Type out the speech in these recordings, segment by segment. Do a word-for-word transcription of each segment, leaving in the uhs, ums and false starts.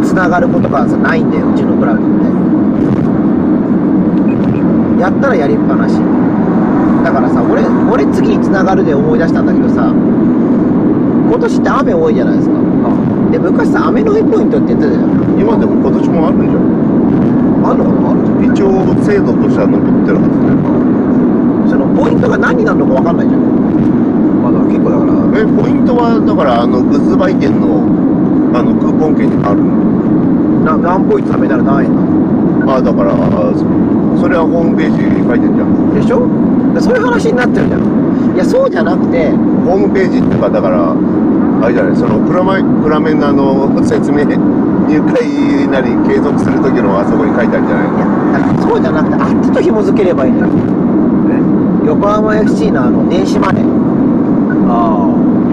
繋がることがさないんだよ、うちのクラブって。やったらやりっぱなしだからさ、俺俺次に繋がるで思い出したんだけどさ、今年って雨多いじゃないですか。で昔さ、雨の日ポイントって言ってたじゃん。 今でも今年もあるんじゃん。 あんのかな。 一応制度としては残ってるはずだよ。 そのポイントが何になるのか分かんないじゃん。 まだ結構だから。 えポイントはだからあのグッズ売店のあのクーポン券にあるの。 な何ポイント貯めたら何円なの。 あだからそれはホームページに書いてるじゃん。 でしょ。そういう話になってるじゃん。いやそうじゃなくて、 ホームページっていうかだからあれじゃない、そのプラマイプラメンのあの説明入会なり継続する時のあそこに書いてあるんじゃないの。 いやだからそうじゃなくて、あっちと紐付ければいいんだよ。横浜 エフシー のあの電子マネー、 あ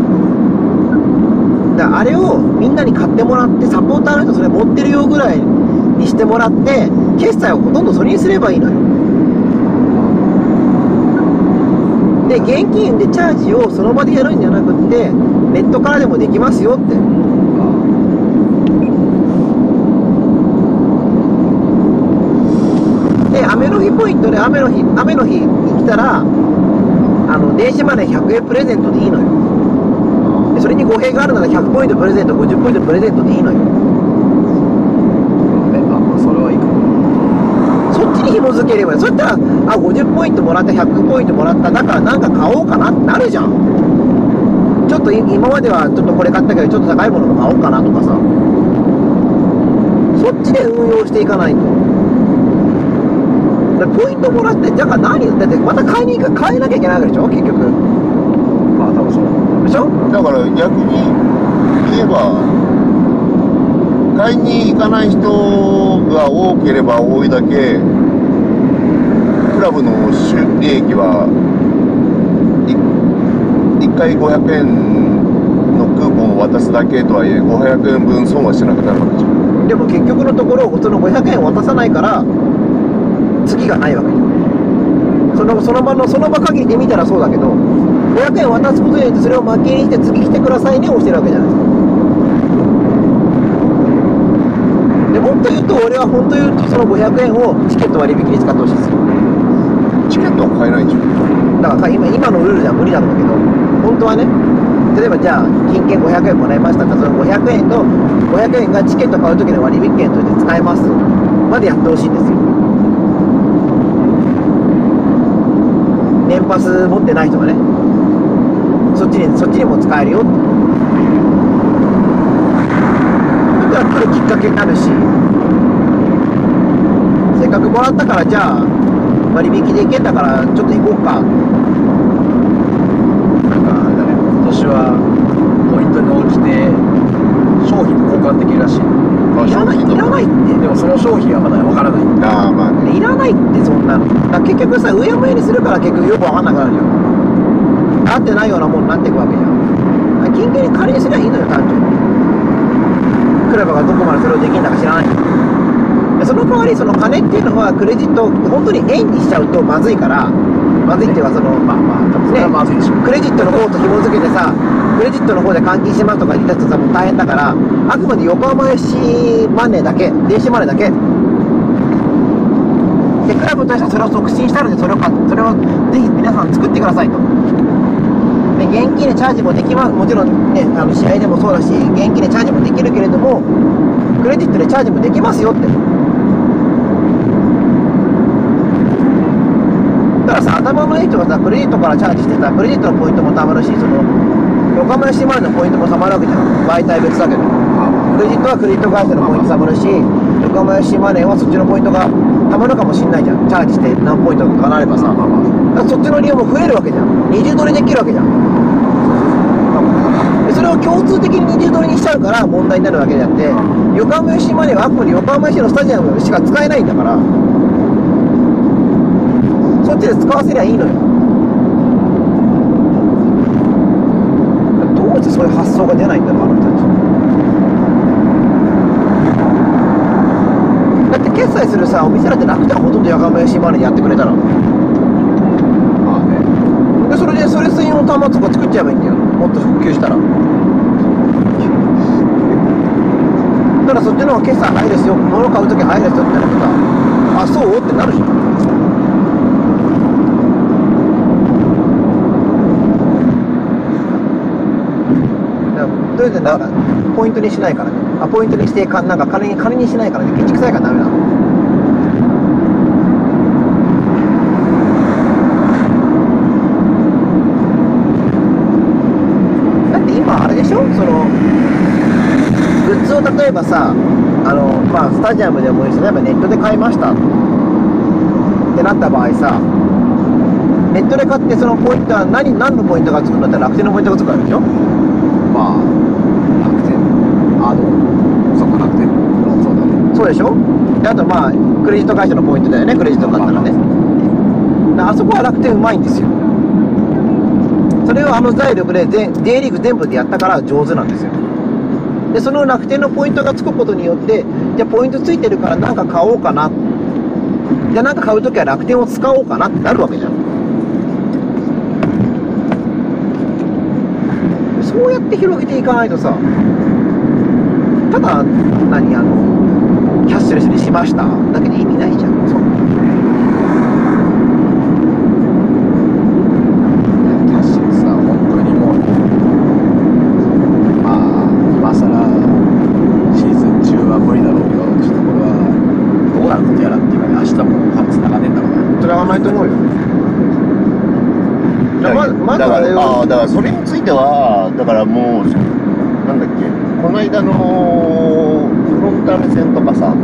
だからあれをみんなに買ってもらって、サポーターの人それ持ってるよぐらいにしてもらって、決済をほとんどそれにすればいいのよ。で現金でチャージをその場でやるんじゃなくって、ネットからでもできますよって。で雨の日ポイントで雨の日雨の日に来たら、あの電子マネーひゃくえんプレゼントでいいのよ。でそれに語弊があるならひゃくポイントプレゼント、ごじゅうポイントプレゼントでいいのよ。 えあそれはいいかも。 そっちに紐付ければいい。そしたら、あごじゅうポイントもらった、ひゃくポイントもらった、だからなんか買おうかなってなるじゃん。ちょっと今まではちょっとこれ買ったけどちょっと高いものも買おうかなとかさ、そっちで運用していかないと。だからポイントもらって、だから何だってまた買いに行く、買えなきゃいけないわけでしょ結局。 まあ多分そうでしょ。 だから逆に言えば買いに行かない人が多ければ多いだけクラブの収利益はいっかいごひゃくえんのクーポンを渡すだけとはいえごひゃくえんぶん損はしなくなるわけじゃん。 でも結局のところそのごひゃくえん渡さないから次がないわけ。そのその場のその場限りで見たらそうだけど、ごひゃくえん渡すことによってそれを巻きにして次来てくださいねをしてるわけじゃないですか。でもっと言うと、俺は本当言うとそのごひゃくえんをチケット割引に使ってほしいですよ。 チケットは買えないんじゃん。 だから今今のルールじゃ無理なんだけど、本当はね、例えばじゃあ金券ごひゃくえんもらいましたから、そのごひゃくえんとごひゃくえんがチケット買う時の割引券として使えますまでやってほしいんですよ。年パス持ってない人がね、そっちにそっちにも使えるよって。だから来るきっかけになるし、せっかくもらったからじゃあ割引で行けんだからちょっと行こうか。 なんかあれだね、今年はポイントに応じて商品も交換できるらしい。 いらない、いらないって。 でもその商品はまだわからない。 ああまあね。 いらないってそんなの。だから結局さ、うやむやにするから結局よくわかんなくなるよ。合ってないようなもんになっていくわけじゃん。金券に仮にすりゃいいのよ、単純に。クラブがどこまでそれをできるんだか知らない。その代わりその金っていうのはクレジットを本当に円にしちゃうとまずいから、まずいっていうかその、 まあまあ多分それはまずいでしょう。 クレジットの方と紐付けてさ、クレジットの方で換金しますとか言い出すとさ、もう大変だから、あくまで横浜 エフシー マネーだけ、電子マネーだけで、クラブとしてはそれを促進したので、それをかそれをぜひ皆さん作ってくださいと。で現金でチャージもできます。もちろんね、あの試合でもそうだし、現金でチャージもできるけれども、クレジットでチャージもできますよって。だからさ、頭のいい人がさ、クレジットからチャージしてさ、クレジットのポイントもたまるし、その横浜 エフシー マネーのポイントもたまるわけじゃん。媒体別だけど、クレジットはクレジット会社のポイントたまるし、横浜 エフシー マネーはそっちのポイントがたまるかもしんないじゃん。チャージして何ポイントとかなればさ、だからそっちの利用も増えるわけじゃん。二重取りできるわけじゃん。でそれを共通的に二重取りにしちゃうから問題になるわけであって、横浜 エフシー マネーはあくまで横浜 エフシー のスタジアムしか使えないんだから、そっちで使わせりゃいいのよ。どうしてそういう発想が出ないんだろう、あの人たち。だって決済するさ、お店だって楽天はほとんど横浜 エフシー マネーでやってくれたら、 まあね。 でそれでそれ専用の端末とか作っちゃえばいいんだよ、もっと普及したら。 たらそっちの方が決算早いですよ、物買うとき早いですよって言ったら、あ、そうってなるじゃん。とりあえずだからポイントにしないからね。あ、ポイントにしてかなんか金に金にしないからね。ケチくさいからダメなの。だって今あれでしょ、そのグッズを例えばさ、あのまあスタジアムでもいいし、例えばネットで買いましたってなった場合さ、ネットで買ってそのポイントは何何のポイントがつくんだったら楽天のポイントがつくわけでしょ。 まあ楽天、あのそうか、楽天、そうだね。 そうでしょ。であとまあクレジット会社のポイントだよね、クレジット買ったらね。あそこは楽天うまいんですよ。それをあの財力で全 J リーグ全部でやったから上手なんですよ。でその楽天のポイントがつくことによって、じゃあポイントついてるから何か買おうかな、じゃあ何か買うときは楽天を使おうかなってなるわけじゃん。そうやって広げていかないとさ、ただ何あのキャッシュレスにしましただけで意味ないじゃん。そうキャッシュレスは本当にもう、まあ今更シーズン中は無理だろうけど、ちょっとこれはどうなることやらっていうかね、明日もつながねえんだろうな。 つながないと思うよ。 だままずだからあれをあだからそれについてはだからもうなんだっけ、この間のフロンターレ戦とかさ、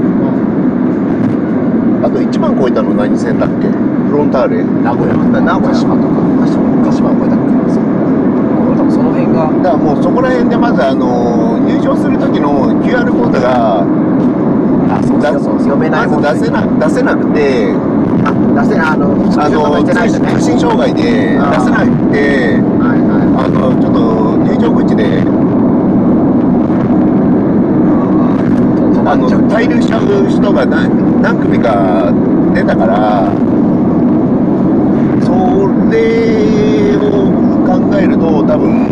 あといちまん超えたの何戦だっけ、フロンターレ名古屋、 名古屋鹿島とか、鹿島、鹿島を超えたっけな、そう。俺多分その辺が、 だからもうそこら辺でまずあの入場する時の キューアール コードがあ、そうだそうそう、 読めないもんねまず出せな出せなくて、 あ出せない、あのあの通通信信障害で出せなくて、 はいはあのちょっと入場口であの滞留しちゃう人が何何組か出たから、それを考えると多分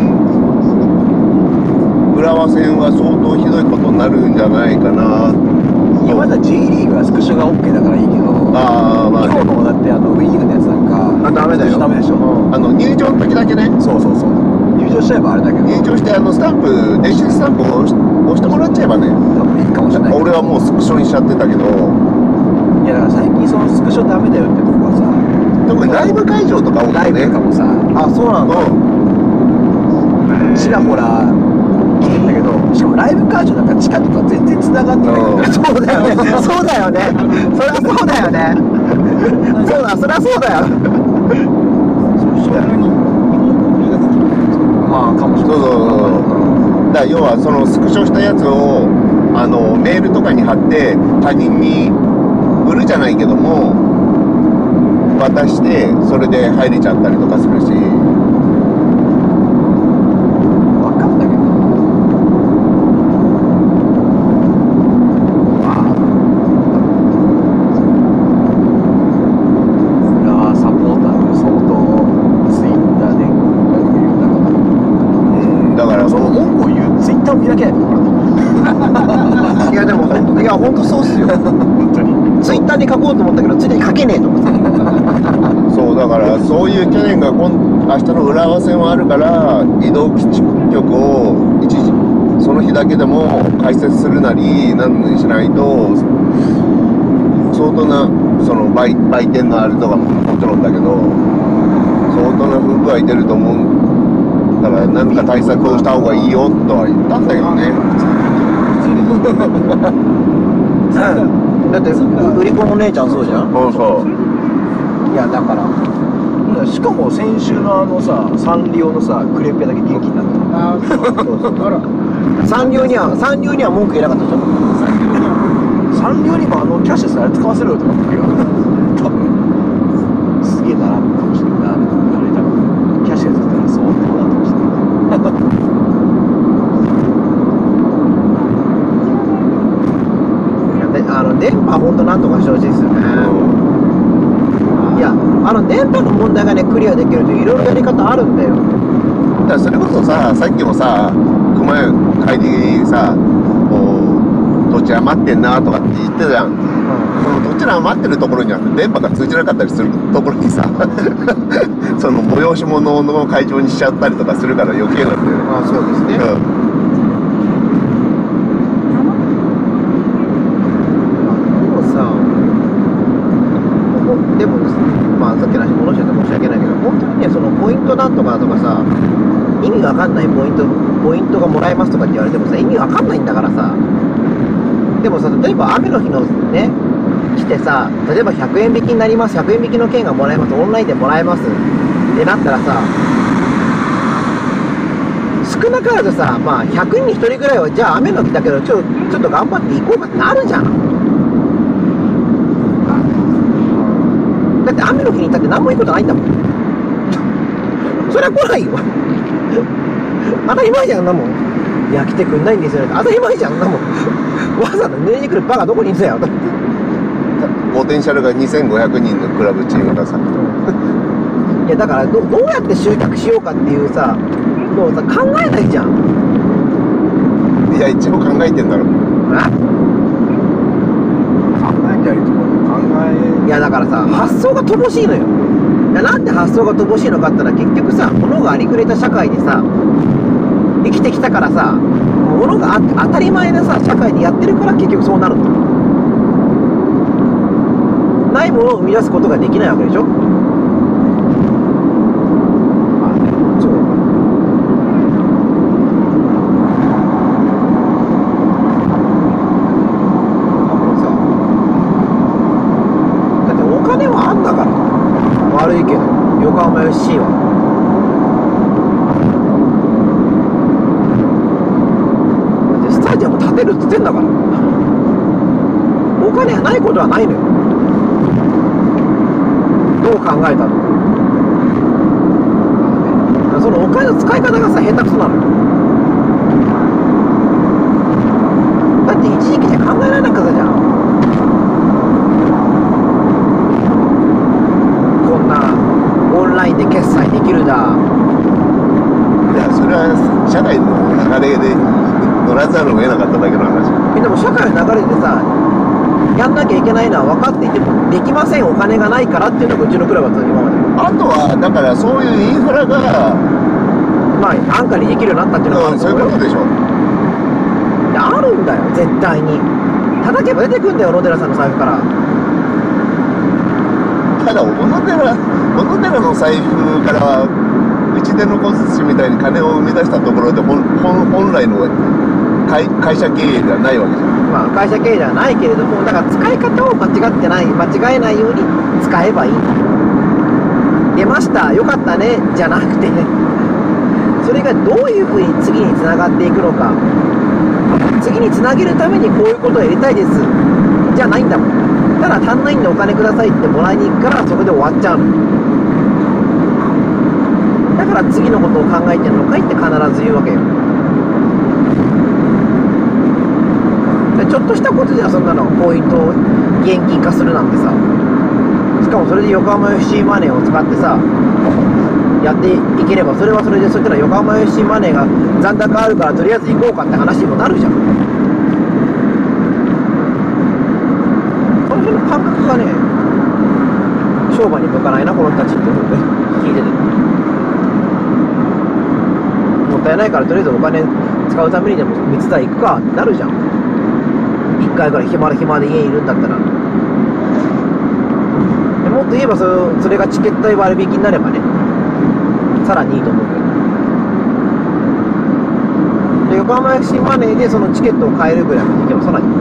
浦和戦は相当ひどいことになるんじゃないかな。 いやまだ J リーグはスクショが OK だからいいけど、 ああまあね、 今日のだってあのウィーリーグのやつなんかあダメだよダメでしょ。 あの入場の時だけね、 そうそうそう、入場しちゃえばあれだけど、 入場してあのスタンプ、電子スタンプを押し押してもらっちゃえばね、 多分いいかもしれないけど。 俺はもうスクショにしちゃってたけど、 いやだから最近そのスクショダメだよってとこはさ、 特にライブ会場とか多ライいよね。 ブとかもさ、 あそうなんだ。 ちらほら来てんだけど、しかもライブ会場なんか地下とか全然繋がってないから、 そうだよね、そうだよね、そりゃそうだよね、そうだ、そりゃそうだよ。 まあかもしれない。 そうそうそう。だから要はそのスクショしたやつをあのメールとかに貼って他人に売るじゃないけども渡してそれで入れちゃったりとかするし。 わかんだけど、まあ浦和サポーターが相当ツイッターで文句言うんだろうな。 うん、だからその文句を言うツイッターを開けないところだと。 いやでも本当、いや本当そうっすよ。 本当に。 ツイッターに書こうと思ったけどツイッターに書けねえと思って。 そうだからそういう懸念が今明日の浦和戦はあるから移動基地局を一時その日だけでも開設するなり何にしないと相当なその売売店のあれとかももちろんだけど相当な不具合出ると思うだから何か対策をした方がいいよとは言ったんだけどね。 だって売り子の姉ちゃんそうじゃん。 そうそういやだからしかも先週のあのさサンリオのさクレープ屋だけ元気になった。 あーそうそうあら三流には三流には文句言えなかったじゃん。 サンリオにもあのキャッシュレスあれ使わせろよと思ったけど多分すげえ並ぶかもしれないな。あれ多分キャッシュレスだったら相当だと思ってであの電波本当なんとかしてほしいですよね。いやあの電波の問題がねクリアできるといろいろやり方あるんだよ。 だからそれこそささっきもさ熊谷帰りさこうち余ってんなとかって言ってたじゃん。 うそのどちら余ってるところには電波が通じなかったりするところにさその催し物の会場にしちゃったりとかするから余計なんだよね。 ん、あ、そうですね。 うんでもさ、ほでもまあさっきの話戻しちゃって申し訳ないけど、本当にね、そのポイントなんとかとかさ、意味わかんないポイントポイントがもらえますとかって言われてもさ、意味わかんないんだからさ。でもさ、例えば雨の日のね、来てさ、例えばひゃくえん引きになります、ひゃくえん引きの券がもらえます、オンラインでもらえますってなったらさ、少なからずさ、まあひゃくにんにひとりぐらいは、じゃあ雨の日だけどちょちょっと頑張って行こうかってなるじゃん。だって雨の日に行ったって何もいいことないんだもん。そりゃ来ないよ。当たり前じゃん、あんなもん。いや、来てくんないんですよね。当たり前じゃん、あんなもん。わざわざ濡れに来るバカどこにいんだよ。 ポテンシャルがにせんごひゃくにんのクラブチームがさいや、だからど、どうやって集客しようかっていうさ、のをさ、考えないじゃん。 いや一応考えてんだろ。 あ考えたりとか考えいや、だからさ、発想が乏しいのよ。いや、なんで発想が乏しいのかって言ったら、結局さ、物がありふれた社会でさ、生きてきたからさ、物があって当たり前なさ、社会でやってるから結局そうなるの。ないものを生み出すことができないわけでしょ。 まあね、 そう。さ、だってお金はあんだから。悪いけど、横浜 エフシー は。だってスタジアム建てるって言ってんだから。お金がないことはないのよ。どう考えたの？そのお金の使い方がさ、下手くそなのよ。だって一時期じゃ考えられなかったじゃん。こんなオンラインで決済できるだ。 いやそれは社会の流れで乗らざるを得なかっただけの話。 でも社会の流れでさ、やんなきゃいけないのは分かっていてもできません、お金がないからっていうのがうちのクラブだった今まで。 あとはだからそういうインフラが、 まあ安価にできるようになったっていうのがあうん、そうると思うよ。 いうことでしょ。 であるんだよ、絶対に。叩けば出てくんだよ、小野寺さんの財布から。 ただ小野寺小野寺の財布からうちでの小寿司みたいに金を生み出したところで本本本来の会会社経営ではないわけじゃん。 まあ会社経営ではないけれども、だから使い方を間違ってない、間違えないように使えばいい。出ました、よかったね、じゃなくて、それがどういうふうに次につながっていくのか。次につなげるためにこういうことをやりたいです。じゃないんだもん。ただ足んないんでお金くださいってもらいに行くからそこで終わっちゃうの。だから次のことを考えてるのかいって必ず言うわけよ。ちょっとしたことじゃそんなのポイントを現金化するなんてさ、しかもそれで横浜 エフシー マネーを使ってさやっていければ、それはそれで、そしたら横浜 エフシー マネーが残高あるからとりあえず行こうかって話にもなるじゃん。その辺の感覚がね、商売に向かないなこの人たちって思って聞いてて、もったいないからとりあえずお金使うためにでも三つ台行くかってなるじゃん。いっかいぐらい暇で暇で家にいるんだったら。でもっと言えば そ, それがチケット代割引になればね、さらにいいと思うけど。で横浜 エフシー マネーでそのチケットを買えるぐらいまでいけばさらに、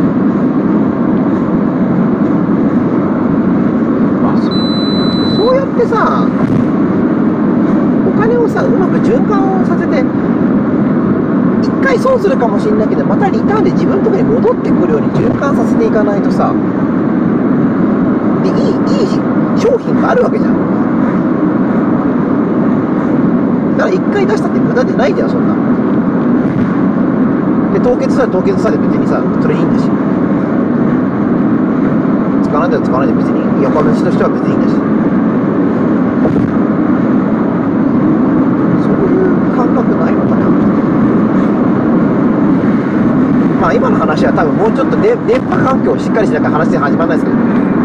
まあそうそうやってさ、お金をさうまく循環をさせて、一回損するかもしれないけどまたリターンで自分のところに戻ってくるように循環させていかないとさ、でいいいい商品があるわけじゃん。だから一回出したって無駄でないじゃん、そんな。で凍結したら凍結したで別にさ、それいいんだし、使わないでは使わないで別に横浜市としては別にいいんだし、そういう感覚ないのかな。まあ今の話話は多分もうちょっとで電波環境をしっかりしなきゃ話始まらないですけどね。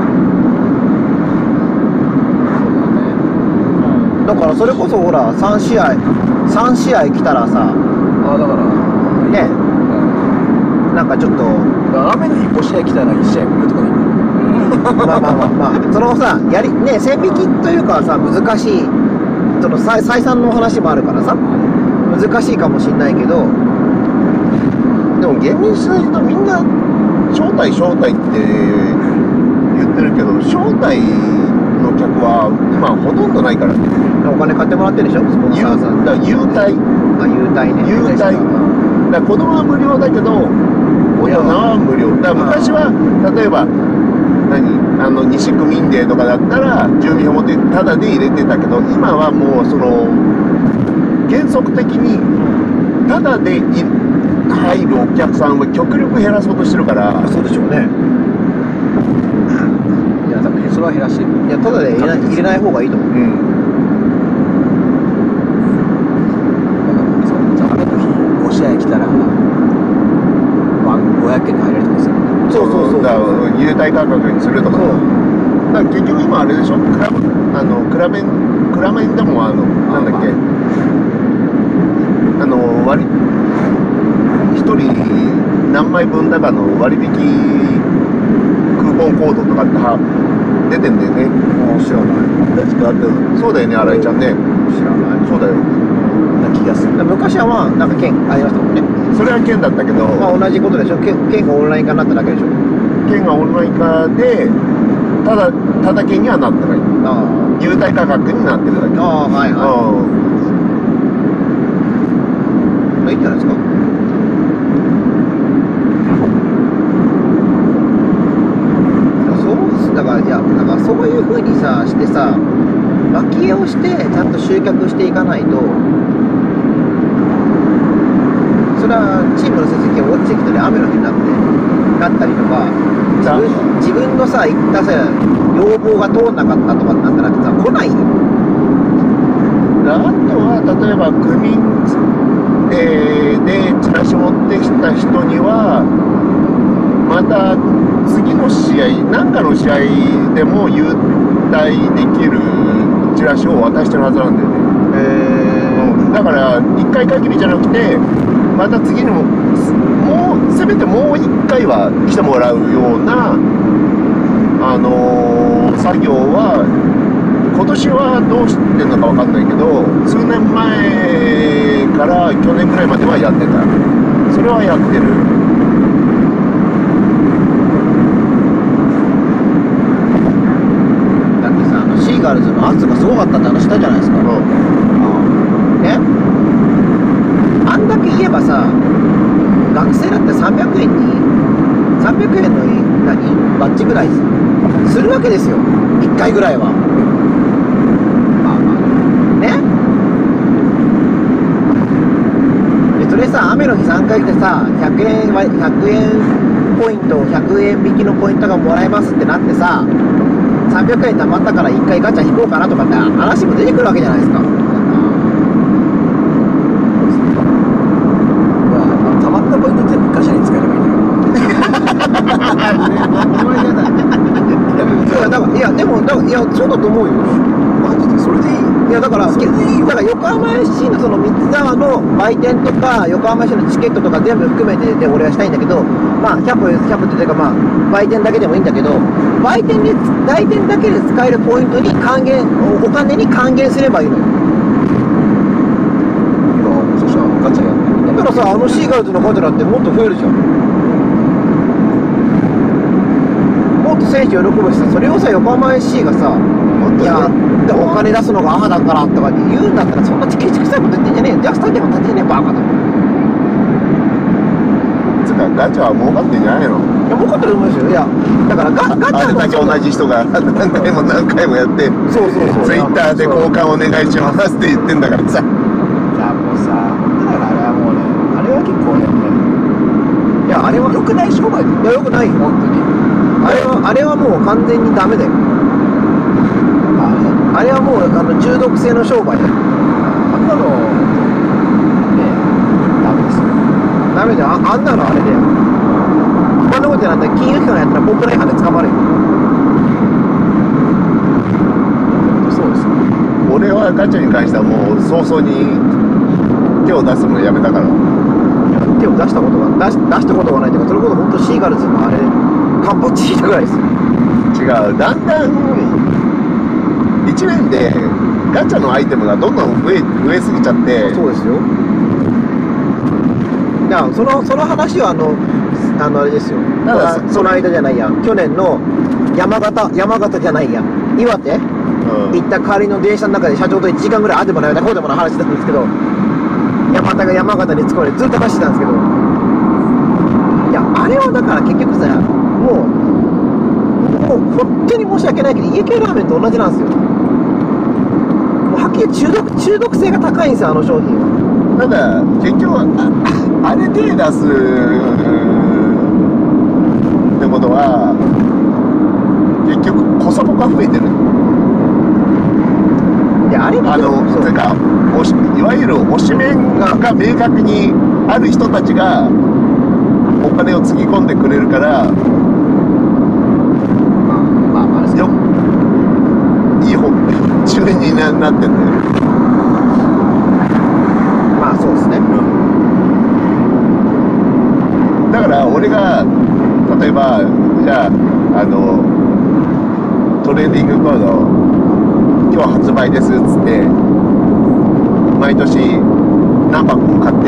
だからそれこそほらさん試合さん試合来たらさ、 あだからね、なんかちょっと雨の日ご試合来たらいち試合来るとかね。 まあまあまあまあそのさやりね線引きというかさ難しいその採採算の話もあるからさ難しいかもしんないけど、 でも厳密に言うとみんな招待招待って言ってるけど、招待の客は今ほとんどないからね。 お金買ってもらってるでしょスポンサーさん。 だから優待あ優待ね。 優待だから子供は無料だけど大人は無料だから。昔は例えば何あの西区民デーとかだったら住民票持ってタダで入れてたけど、今はもうその原則的にタダで入るお客さんは極力減らそうとしてるから。 そうでしょうね。 いや多分それは減らしてる。 いやただで入れない入れない方がいいと思う。 うん雨の日ご試合来たらごひゃくえんで入れるとかですよ。 そうそうそう。 だから優待価格にするとか。だから結局今あれでしょ、クラブあのクラメンクラメンでもあのなんだっけあの割一人何枚分だかの割引クーポンコードとかっては出てんだよね。 あ知らない。 確かあってそうだよね、新井ちゃんね。 知らない。 そうだよ。 な気がする。 昔はまあなんか券ありましたもんね。 それは県だったけど、 まあ同じことでしょ。券券がオンライン化になっただけでしょ。 県がオンライン化でただただ県にはなってない。 あ優待価格になってるだけ。 あああはいはうんい。いいんじゃないですか。そうだからいやだからそういう風にさしてさ蒔絵をしてちゃんと集客していかないと。それはチームの成績が落ちてきたり雨の日になってなったりとか自分自分のさ言ったさ要望が通んなかったとかってなったらさ来ないよ。 あとは例えば区民デーでチラシ持ってきた人にはまた次の試合何かの試合でも優待できるチラシを渡してるはずなんだよね。 へうん、だからいっかい限りじゃなくてまた次にももうせめてもういっかいは来てもらうようなあのー、作業は今年はどうしてんのか分かんないけど数年前から去年ぐらいまではやってた。それはやってる。 だってさあのシーガールズの圧がすごかったって話したじゃないですか。ねあんだけ言えばさ学生だってさんびゃくえんにさんびゃくえんの何バッジぐらいするわけですよいっかいぐらいは。まあまあねでそれさ雨の日さんかい来てさひゃくえんはひゃくえんポイントひゃくえん引きのポイントがもらえますってなってささんびゃくえん貯まったからいっかいガチャ引こうかなとかって話も出てくるわけじゃないですか。 たまったポイント全部ガシャに使えればいいんだよ。 いやだからいやでもだからいやそうだと思うよ。 マジでそれでいい。 いやだからそれでいいよ。だから横浜 エフシー のその三沢の売店とか横浜市のチケットとか全部含めてで俺はしたいんだけど、まあひゃくひゃくっていうかまあ売店だけでもいいんだけど、売店で売店だけで使えるポイントに還元お金に還元すればいいのよ。 そしたらガチャやってみんなだからさあのシーガールズのガチャだってもっと増えるじゃん。もっと選手喜ぶしさそれをさ横浜 エフシー がさいやお金出すのがアハだからとか言うんだったらそんなケチくさいこと言ってんじゃねえよ。じゃあスタジアム建てねえバカと。 つうかガチャは儲かってんじゃないの。 いや儲かってると思うんですよ。いやだからガガチャあれだけ同じ人が何回も何回もやってそうそうそうツイッターで交換お願いしますって言ってんだからさ。 いやもうさ本当だからあれはもうねあれは結構ねいやあれは良くない商売だよ。 いやよくないよ本当にあれはあれはもう完全にダメだよ。 まあねあれはもうあの中毒性の商売だよ。 あんなのねダメですよ。 ダメだよ あ, あんなのあれだよってなったら金融機関やったらコンプラ違反で捕まるよ。 そうですよ。 俺はガチャに関してはもう早々に手を出すのをやめたから。 手を出したことが出し出したことがないというか、それこそ本当シーガルズのあれカンパチ引いたぐらいですよ。 違う、だんだんいちねんでガチャのアイテムがどんどん増え増えすぎちゃって。 そうですよ。いや、そのその話はあのあのあれですよ。 だからその間じゃないや、去年の山形山形じゃないや、岩手うん行った帰りの電車の中で社長といちじかんぐらいあでもないこうでもない話したんですけど、山形が山形に突っ込まれてずっと話してたんですけど、いやあれはだから結局さ、もうもう本当に申し訳ないけど家系ラーメンと同じなんですよ。もうはっきり中毒中毒性が高いんですよ、あの商品は。 ただ結局ああれ手出すってことは結局コストが増えてる。 いやあれあのそうてかおしいわゆる推しメンがが明確にある人たちがお金をつぎ込んでくれるからまあまあですよいい方中にななってんだよ。 まあそうですね。 だから俺が例えばじゃああのトレーディングカード今日発売ですっつって毎年何箱も買って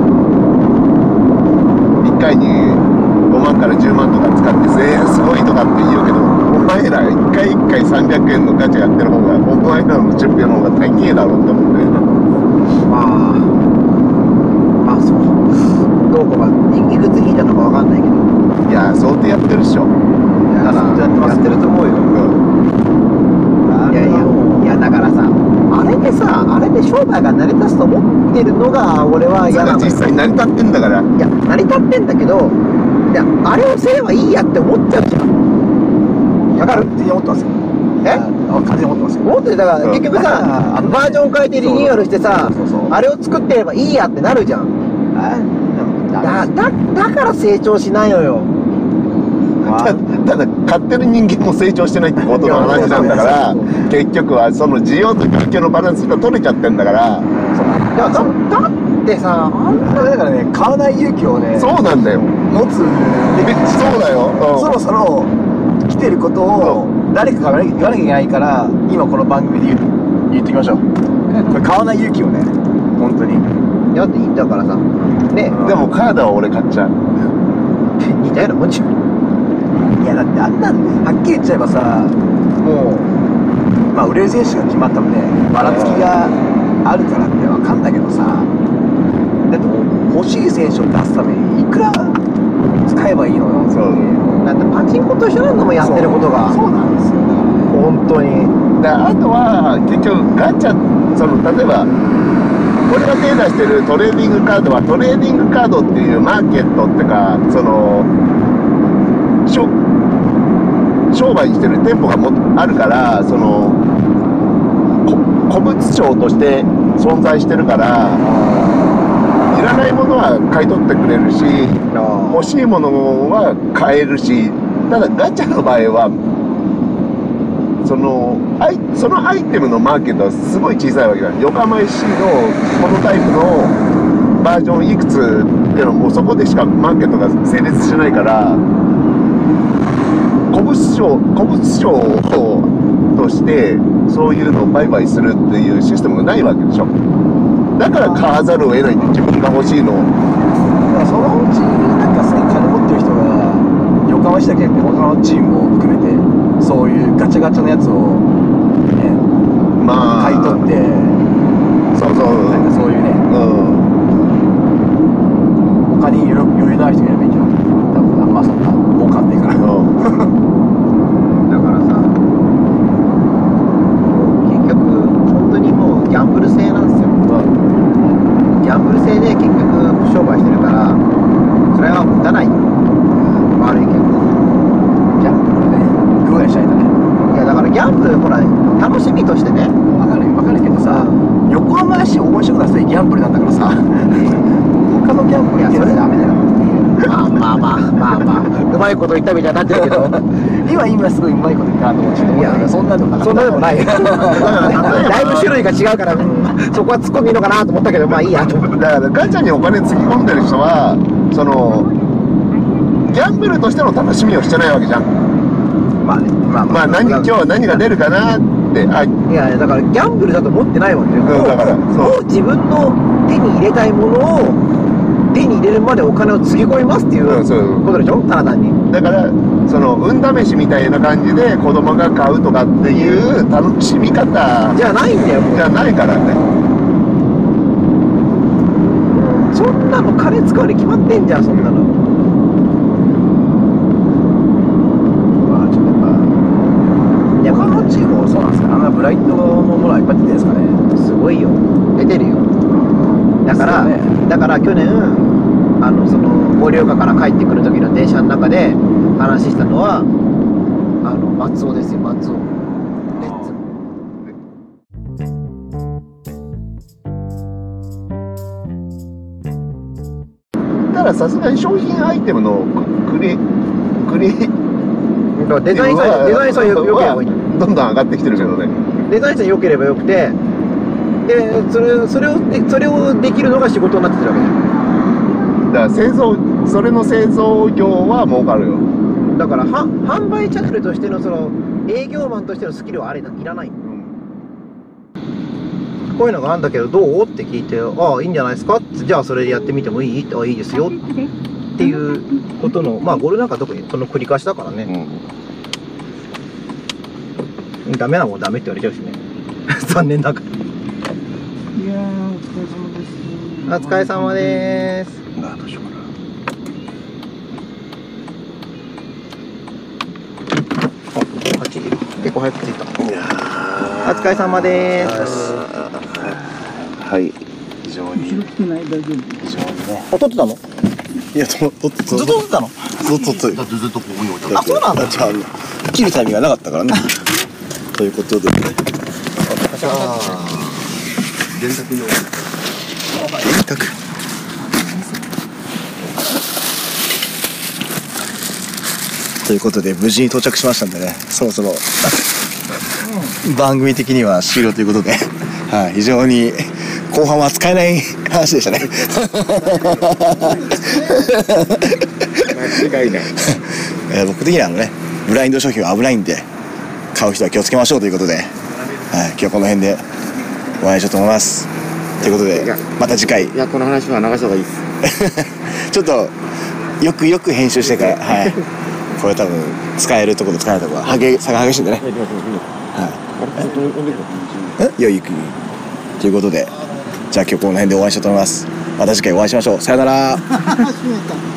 いっかいにごまんからじゅうまんとか使ってえー、すごいとかって言うけど、お前らいっかいいっかいさんびゃくえんのガチャやってる方がお前らの準備の方が大変だろうって思って。 まあまあそうどうかがいくつ引いたのかわかんないけど、 いや相当やってるっしょ。 だからやってると思うよ。いやいやいやだからさ、あれでさあれで商売が成り立つと思ってるのが俺は嫌なのよ。 実際成り立ってんだから。 いや成り立ってんだけど、いやあれをすればいいやって思っちゃうじゃん。わかる？ 全然思ってますよ。 え？ あ、完全に思ってますよ。 思ってるだから、 うん結局さあのねバージョン変えてリニューアルしてさそうそうそうあれを作ってればいいやってなるじゃん。 あだだだから成長しないのよ。 たただ買ってる人間も成長してないってことの話なんだからそうそうそう結局はその需要と供給のバランスが取れちゃってんだから。 いやだだってさあんなだからね、買わない勇気をね、 そうなんだよ。 持つえそうだよ、うんそろそろ来てることを誰かが言わなきゃいけないから、今この番組で言う言ってきましょう。これ買わない勇気をね、本当に。 だっていいんだからさね、 でもカードは俺買っちゃう。 似たようなもんじゃん。 いやだってあんなんはっきり言っちゃえばさ、もうまあ売れる選手が決まったのでばらつきがあるからってわかんだけどさ、だってもう欲しい選手を出すためにいくら使えばいいのよ。 そうだってパチンコと一緒なのもやってることがそうなんですよ。だからね、 本当にであとは結局ガチャその例えば俺が手出してるトレーディングカードはトレーディングカードっていうマーケットっていうかそのしょ商売してる店舗がもあるからそのこ古物商として存在してるからいらないものは買い取ってくれるし欲しいものは買えるし、ただガチャの場合はそのアイそのアイテムのマーケットはすごい小さいわけだ。横浜 エフシー のこのタイプのバージョンいくつっていうのもうそこでしかマーケットが成立してないから古物商古物商としてそういうのを売買するっていうシステムがないわけでしょ。だから買わざるを得ないんで自分が欲しいのを。 だからそのうちなんかすごい金持ってる人が横浜市だけで他のチームも含めてそういうガチャガチャのやつをねまあ買い取ってそうそうなんかそういうねうん他に余裕のある人がいればいいけど、多分あんまそんな儲かんねえから。 うんだからさ結局本当にもうギャンブル性なんですよ。ギャンブル性で結局商売してるからそれは持たない悪いけどギャンブルね、グーやしないとね。 いやだからギャンブルほら楽しみとしてねわかるわかるけどさ、横浜市応援してくださいギャンブルなんだからさ他のギャンブルいやそれやってるやつダメだよ。 まあまあまあまあまあ生ままいこと言ったみたいになってるけど今今すごいうまいこと言ったなと思ってちょっと思ったけど、そんなでもなかった。 そんなでもないだいぶ種類が違うから、うん、そこは突っ込んでいいのかなと思ったけど、まあいいやと思って。 だからガチャにお金つぎ込んでる人はそのギャンブルとしての楽しみをしてないわけじゃん。 まあね、まあまあ何今日は何が出るかなってあいやだからギャンブルだと思ってないわけよ、 うんだからもう自分の手に入れたいものを手に入れるまでお金をつぎ込みますっていううんそうことでしょ、ただ単に。 だからその運試しみたいな感じで子供が買うとかっていう楽しみ方じゃないんだよもう。 じゃないからね。 そんなの金使うに決まってんじゃん、そんなの。 まあちょっとやっぱいや他のチームもそうなんですか、あんなブラインドのものはいっぱい出てるんですかね。 すごいよ、出てるよ。だから、 ですよねだから去年あのその盛岡から帰ってくる時の電車の中で話したのはあの松尾ですよ、松尾レッツ。 たださすがに商品アイテムのクリクリだからデザインさえデザインさえよよければいい。 どんどん上がってきてるけどね。 デザインさえ良ければよくて、でそれそれをでそれをできるのが仕事になってるわけじゃん。 だから製造それの製造業は儲かるよ。 だからは販売チャンネルとしてのその営業マンとしてのスキルはあれいらない。こういうのがあるんだけどどうって聞いて、ああいいんじゃないですかって、じゃあそれでやってみてもいいって、ああいいですよっていうことの、まあゴルなんか特にその繰り返しだからね、うん、ダメなもんダメって言われちゃうしね残念だから。 いやーお疲れ様です。 お疲れ様です。 あどうしようかな。 あっち結構早く着いた。 いやお疲れ様です。 はい非常に後ろ来てない、大丈夫。 非常にね。 あ、撮ってたの？ いやととずずっと撮ってたの？ ずっと撮ってだってずっとここに置いてある。 あ、そうなんだ。 じゃあ切るタイミングがなかったからねということでね。 電卓用。 電卓ということで無事に到着しましたんでね、そろそろ番組的には終了ということで、はい、非常に後半は使えない話でしたね間違いない。 えー僕的にはあのねブラインド商品は危ないんで買う人は気をつけましょうということで、はい、今日はこの辺でお会いしようと思います。ということでまた次回。 いやこの話は流した方がいいです。 ちょっとよくよく編集してからはいこれ多分使えるところと使えないところはげ差が激しいんでね。はい。よいゆくということでじゃあ今日この辺でお会いしようと思います。また次回お会いしましょう。さよなら。 閉めた。